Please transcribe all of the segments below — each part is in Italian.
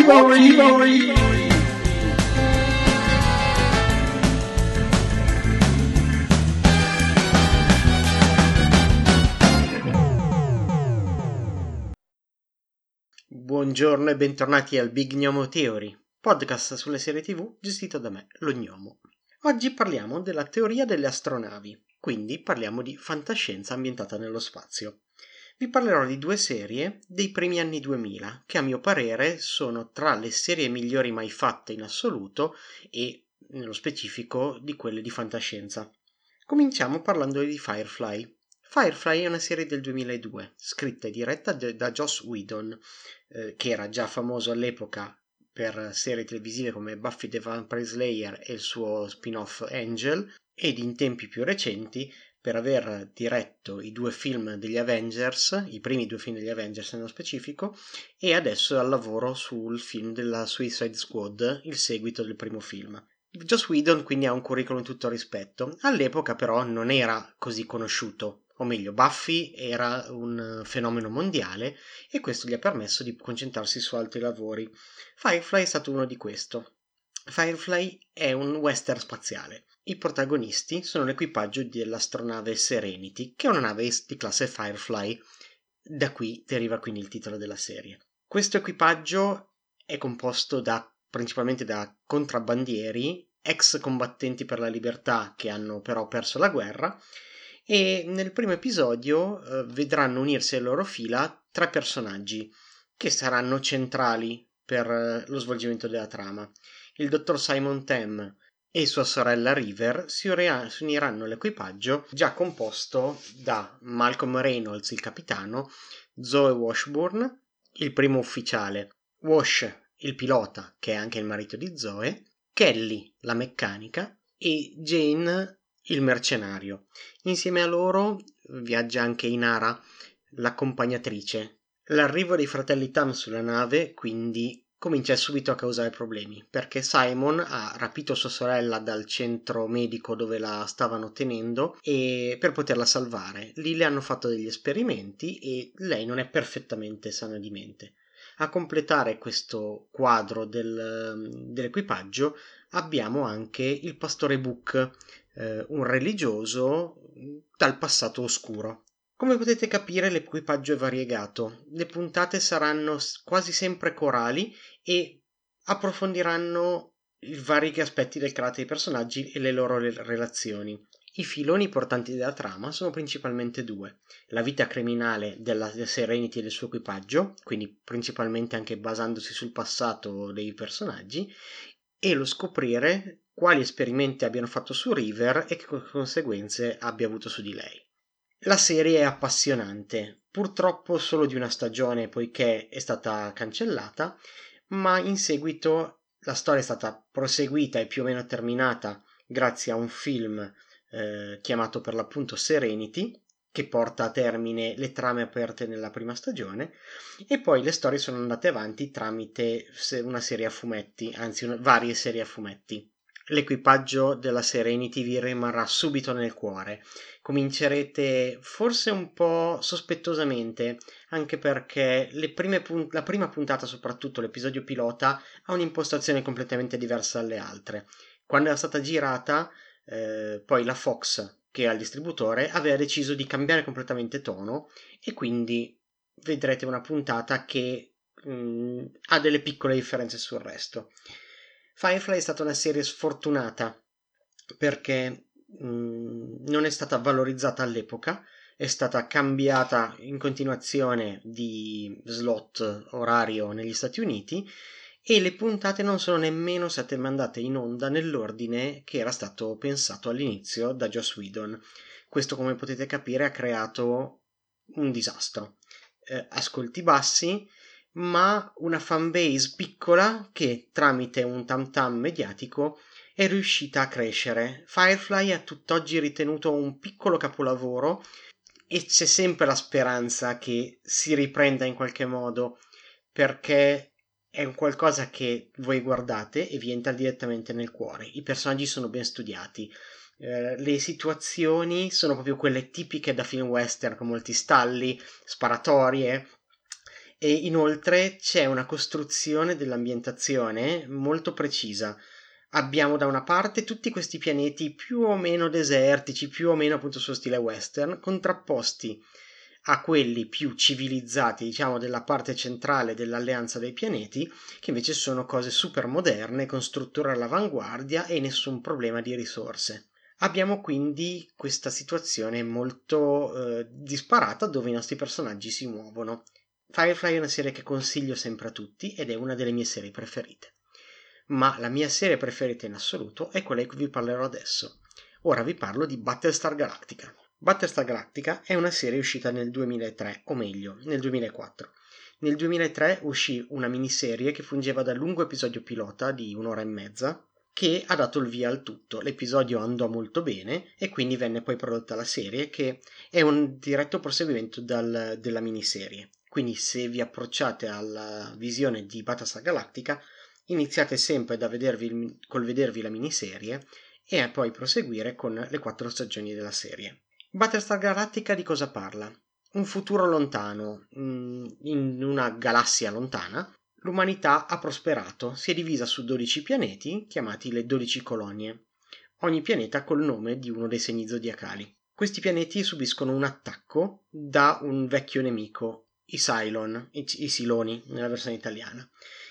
Buongiorno e bentornati al Big Gnomo Theory, podcast sulle serie TV gestito da me, lo Gnomo. Oggi parliamo della teoria delle astronavi, quindi parliamo di fantascienza ambientata nello spazio. Vi parlerò di due serie dei primi anni 2000, che a mio parere sono tra le serie migliori mai fatte in assoluto e, nello specifico, di quelle di fantascienza. Cominciamo parlando di Firefly. Firefly è una serie del 2002, scritta e diretta da Joss Whedon, che era già famoso all'epoca per serie televisive come Buffy the Vampire Slayer e il suo spin-off Angel, ed in tempi più recenti per aver diretto i due film degli Avengers, i primi due film degli Avengers nello specifico, e adesso è al lavoro sul film della Suicide Squad, il seguito del primo film. Joss Whedon quindi ha un curriculum tutto rispetto. All'epoca però non era così conosciuto, o meglio Buffy era un fenomeno mondiale e questo gli ha permesso di concentrarsi su altri lavori. Firefly è stato uno di questo. Firefly è un western spaziale. I protagonisti sono l'equipaggio dell'astronave Serenity, che è una nave di classe Firefly. Da qui deriva quindi il titolo della serie. Questo equipaggio è composto principalmente da contrabbandieri, ex combattenti per la libertà che hanno però perso la guerra, e nel primo episodio vedranno unirsi alle loro fila tre personaggi che saranno centrali per lo svolgimento della trama. Il dottor Simon Tam e sua sorella River si uniranno all'equipaggio già composto da Malcolm Reynolds, il capitano, Zoe Washburn, il primo ufficiale, Wash, il pilota, che è anche il marito di Zoe, Kelly, la meccanica, e Jane, il mercenario. Insieme a loro viaggia anche Inara, l'accompagnatrice. L'arrivo dei fratelli Tam sulla nave, quindi, comincia subito a causare problemi, perché Simon ha rapito sua sorella dal centro medico dove la stavano tenendo e per poterla salvare. Lì le hanno fatto degli esperimenti e lei non è perfettamente sana di mente. A completare questo quadro dell'equipaggio abbiamo anche il pastore Book, un religioso dal passato oscuro. Come potete capire, l'equipaggio è variegato. Le puntate saranno quasi sempre corali e approfondiranno i vari aspetti del carattere dei personaggi e le loro relazioni. I filoni portanti della trama sono principalmente due: la vita criminale della Serenity e del suo equipaggio, quindi principalmente anche basandosi sul passato dei personaggi, e lo scoprire quali esperimenti abbiano fatto su River e che conseguenze abbia avuto su di lei. La serie è appassionante, purtroppo solo di una stagione poiché è stata cancellata, ma in seguito la storia è stata proseguita e più o meno terminata grazie a un film chiamato per l'appunto Serenity, che porta a termine le trame aperte nella prima stagione, e poi le storie sono andate avanti tramite una serie a fumetti, anzi varie serie a fumetti. L'equipaggio della Serenity vi rimarrà subito nel cuore. Comincerete forse un po' sospettosamente, anche perché la prima puntata, soprattutto l'episodio pilota, ha un'impostazione completamente diversa dalle altre. Quando era stata girata, poi la Fox, che è il distributore, aveva deciso di cambiare completamente tono e quindi vedrete una puntata che ha delle piccole differenze sul resto. Firefly è stata una serie sfortunata perché non è stata valorizzata all'epoca, è stata cambiata in continuazione di slot orario negli Stati Uniti e le puntate non sono nemmeno state mandate in onda nell'ordine che era stato pensato all'inizio da Joss Whedon. Questo, come potete capire, ha creato un disastro. Ascolti bassi, ma una fanbase piccola che tramite un tam tam mediatico è riuscita a crescere. Firefly è tutt'oggi ritenuto un piccolo capolavoro e c'è sempre la speranza che si riprenda in qualche modo, perché è un qualcosa che voi guardate e vi entra direttamente nel cuore. I personaggi sono ben studiati, le situazioni sono proprio quelle tipiche da film western, con molti stalli, sparatorie, E inoltre c'è una costruzione dell'ambientazione molto precisa. Abbiamo da una parte tutti questi pianeti più o meno desertici, più o meno appunto sullo stile western, contrapposti a quelli più civilizzati, diciamo, della parte centrale dell'alleanza dei pianeti, che invece sono cose super moderne, con strutture all'avanguardia e nessun problema di risorse. Abbiamo quindi questa situazione molto disparata dove i nostri personaggi si muovono. Firefly è una serie che consiglio sempre a tutti ed è una delle mie serie preferite. Ma la mia serie preferita in assoluto è quella di cui vi parlerò adesso. Ora vi parlo di Battlestar Galactica. Battlestar Galactica è una serie uscita nel 2003, o meglio, nel 2004. Nel 2003 uscì una miniserie che fungeva da lungo episodio pilota di 1 ora e mezza, che ha dato il via al tutto. L'episodio andò molto bene e quindi venne poi prodotta la serie, che è un diretto proseguimento della miniserie. Quindi se vi approcciate alla visione di Battlestar Galactica, iniziate sempre col vedervi la miniserie e poi proseguire con le 4 stagioni della serie. Battlestar Galactica di cosa parla? Un futuro lontano, in una galassia lontana, l'umanità ha prosperato, si è divisa su 12 pianeti, chiamati le 12 colonie, ogni pianeta col nome di uno dei segni zodiacali. Questi pianeti subiscono un attacco da un vecchio nemico, i Cylon, i Siloni nella versione italiana.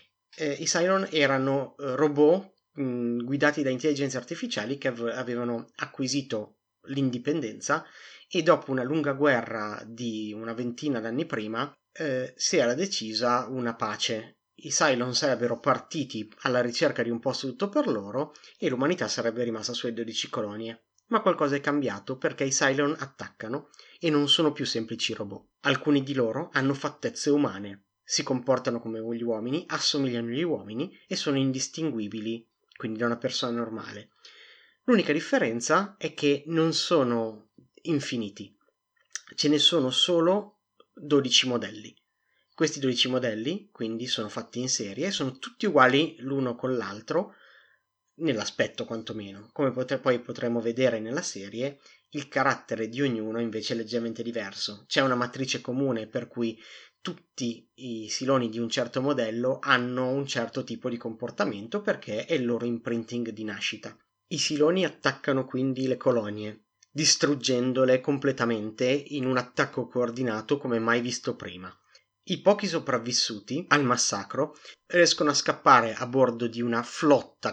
I Cylon erano robot guidati da intelligenze artificiali che avevano acquisito l'indipendenza e dopo una lunga guerra di una ventina d'anni prima si era decisa una pace. I Cylon sarebbero partiti alla ricerca di un posto tutto per loro e l'umanità sarebbe rimasta sulle 12 colonie. Ma qualcosa è cambiato perché i Cylon attaccano e non sono più semplici robot. Alcuni di loro hanno fattezze umane, si comportano come gli uomini, assomigliano agli uomini e sono indistinguibili, quindi da una persona normale. L'unica differenza è che non sono infiniti, ce ne sono solo 12 modelli. Questi 12 modelli, quindi, sono fatti in serie e sono tutti uguali l'uno con l'altro, nell'aspetto quantomeno. Come poi potremo vedere nella serie, il carattere di ognuno invece è leggermente diverso. C'è una matrice comune per cui tutti i siloni di un certo modello hanno un certo tipo di comportamento perché è il loro imprinting di nascita. I siloni attaccano quindi le colonie, distruggendole completamente in un attacco coordinato come mai visto prima. I pochi sopravvissuti al massacro riescono a scappare a bordo di una flotta,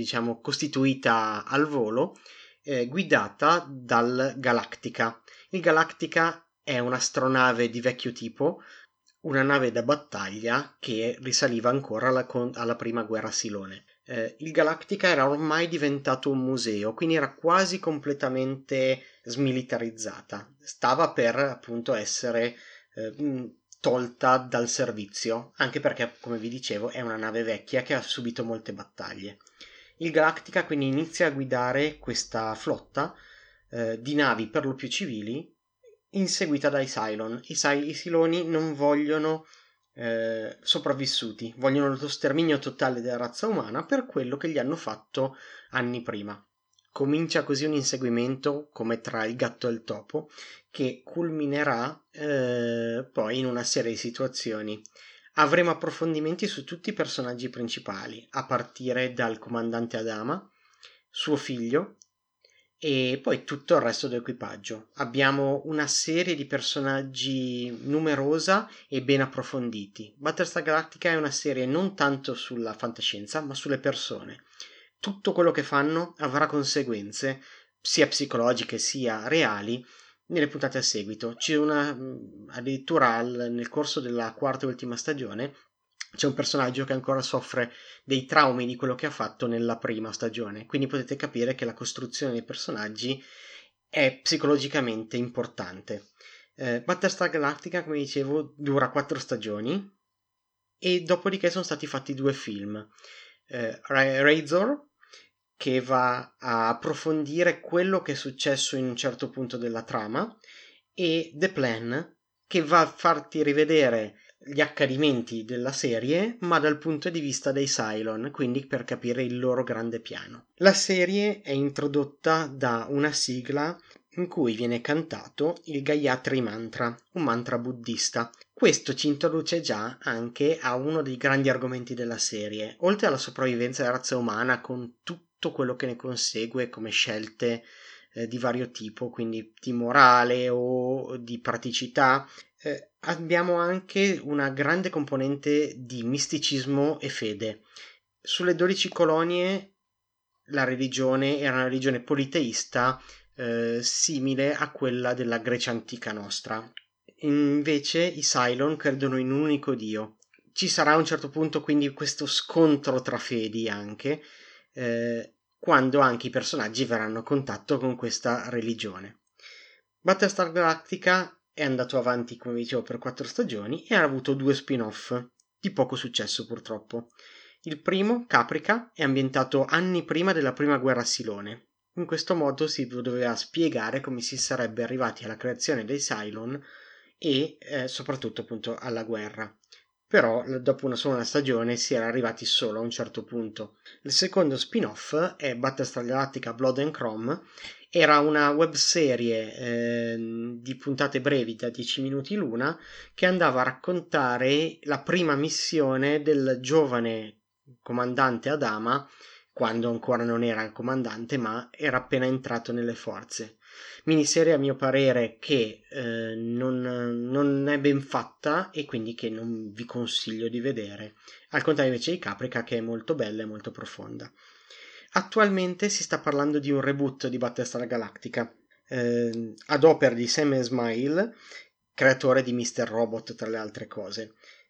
costituita al volo, guidata dal Galactica. Il Galactica è un'astronave di vecchio tipo, una nave da battaglia che risaliva ancora alla prima guerra silone. Il Galactica era ormai diventato un museo, quindi era quasi completamente smilitarizzata. Stava per appunto essere tolta dal servizio, anche perché, come vi dicevo, è una nave vecchia che ha subito molte battaglie. Il Galactica quindi inizia a guidare questa flotta di navi per lo più civili, inseguita dai Cylon. I Siloni non vogliono sopravvissuti, vogliono lo sterminio totale della razza umana per quello che gli hanno fatto anni prima. Comincia così un inseguimento come tra il gatto e il topo che culminerà poi in una serie di situazioni. Avremo approfondimenti su tutti i personaggi principali, a partire dal comandante Adama, suo figlio e poi tutto il resto dell'equipaggio. Abbiamo una serie di personaggi numerosa e ben approfonditi. Battlestar Galactica è una serie non tanto sulla fantascienza, ma sulle persone. Tutto quello che fanno avrà conseguenze, sia psicologiche sia reali, nelle puntate a seguito. C'è addirittura nel corso della quarta e ultima stagione c'è un personaggio che ancora soffre dei traumi di quello che ha fatto nella prima stagione, quindi potete capire che la costruzione dei personaggi è psicologicamente importante. Battlestar Galactica, come dicevo, dura 4 stagioni e dopodiché sono stati fatti 2 film. Razor, che va a approfondire quello che è successo in un certo punto della trama, e The Plan, che va a farti rivedere gli accadimenti della serie, ma dal punto di vista dei Cylon, quindi per capire il loro grande piano. La serie è introdotta da una sigla in cui viene cantato il Gayatri Mantra, un mantra buddista. Questo ci introduce già anche a uno dei grandi argomenti della serie, oltre alla sopravvivenza della razza umana con tutto quello che ne consegue come scelte di vario tipo, quindi di morale o di praticità. Abbiamo anche una grande componente di misticismo e fede. Sulle 12 colonie la religione era una religione politeista simile a quella della Grecia antica nostra. Invece i Cylon credono in un unico dio. Ci sarà a un certo punto quindi questo scontro tra fedi anche, quando anche i personaggi verranno a contatto con questa religione. Battlestar Galactica è andato avanti, come dicevo, per 4 stagioni e ha avuto 2 spin-off, di poco successo purtroppo. Il primo, Caprica, è ambientato anni prima della prima guerra Silone. In questo modo si doveva spiegare come si sarebbe arrivati alla creazione dei Cylon e soprattutto appunto alla guerra. Però dopo una sola stagione si era arrivati solo a un certo punto. Il secondo spin-off è Battlestar Galactica Blood and Chrome. Era una webserie di puntate brevi da 10 minuti l'una che andava a raccontare la prima missione del giovane comandante Adama, quando ancora non era comandante ma era appena entrato nelle forze. Miniserie a mio parere che non è ben fatta e quindi che non vi consiglio di vedere, al contrario invece di Caprica, che è molto bella e molto profonda. Attualmente si sta parlando di un reboot di Battlestar Galactica ad opera di Sam Esmail, creatore di Mr. Robot tra le altre cose.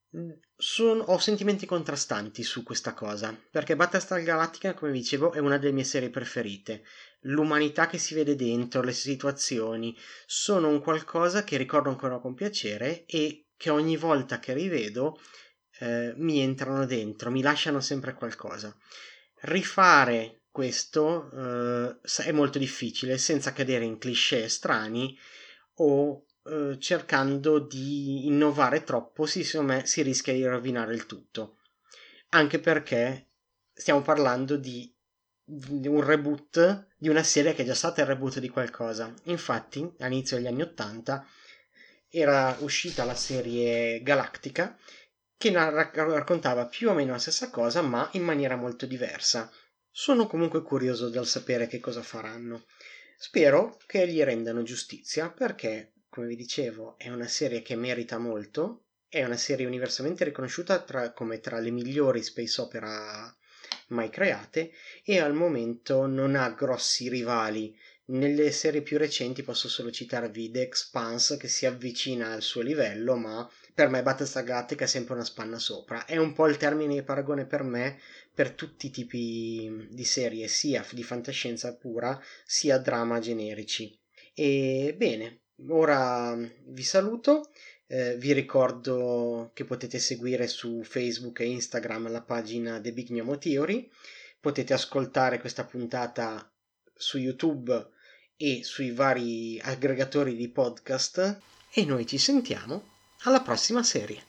Ho sentimenti contrastanti su questa cosa, perché Battlestar Galactica, come dicevo, è una delle mie serie preferite. L'umanità che si vede dentro, le situazioni, sono un qualcosa che ricordo ancora con piacere e che ogni volta che rivedo mi entrano dentro, mi lasciano sempre qualcosa. Rifare questo è molto difficile senza cadere in cliché strani o cercando di innovare troppo, secondo me si rischia di rovinare il tutto, anche perché stiamo parlando di un reboot di una serie che è già stata il reboot di qualcosa. Infatti all'inizio degli anni 80 era uscita la serie Galactica che raccontava più o meno la stessa cosa ma in maniera molto diversa. Sono comunque curioso del sapere che cosa faranno. Spero che gli rendano giustizia perché, come vi dicevo, è una serie che merita molto, è una serie universalmente riconosciuta come tra le migliori space opera mai create e al momento non ha grossi rivali. Nelle serie più recenti posso solo citarvi The Expanse che si avvicina al suo livello, ma per me Battlestar Galactica è sempre una spanna sopra. È un po' il termine di paragone per me per tutti i tipi di serie, sia di fantascienza pura, sia drama generici. E bene, ora vi saluto. Vi ricordo che potete seguire su Facebook e Instagram la pagina The Big Gnomo Theory. Potete ascoltare questa puntata su YouTube e sui vari aggregatori di podcast. E noi ci sentiamo alla prossima serie.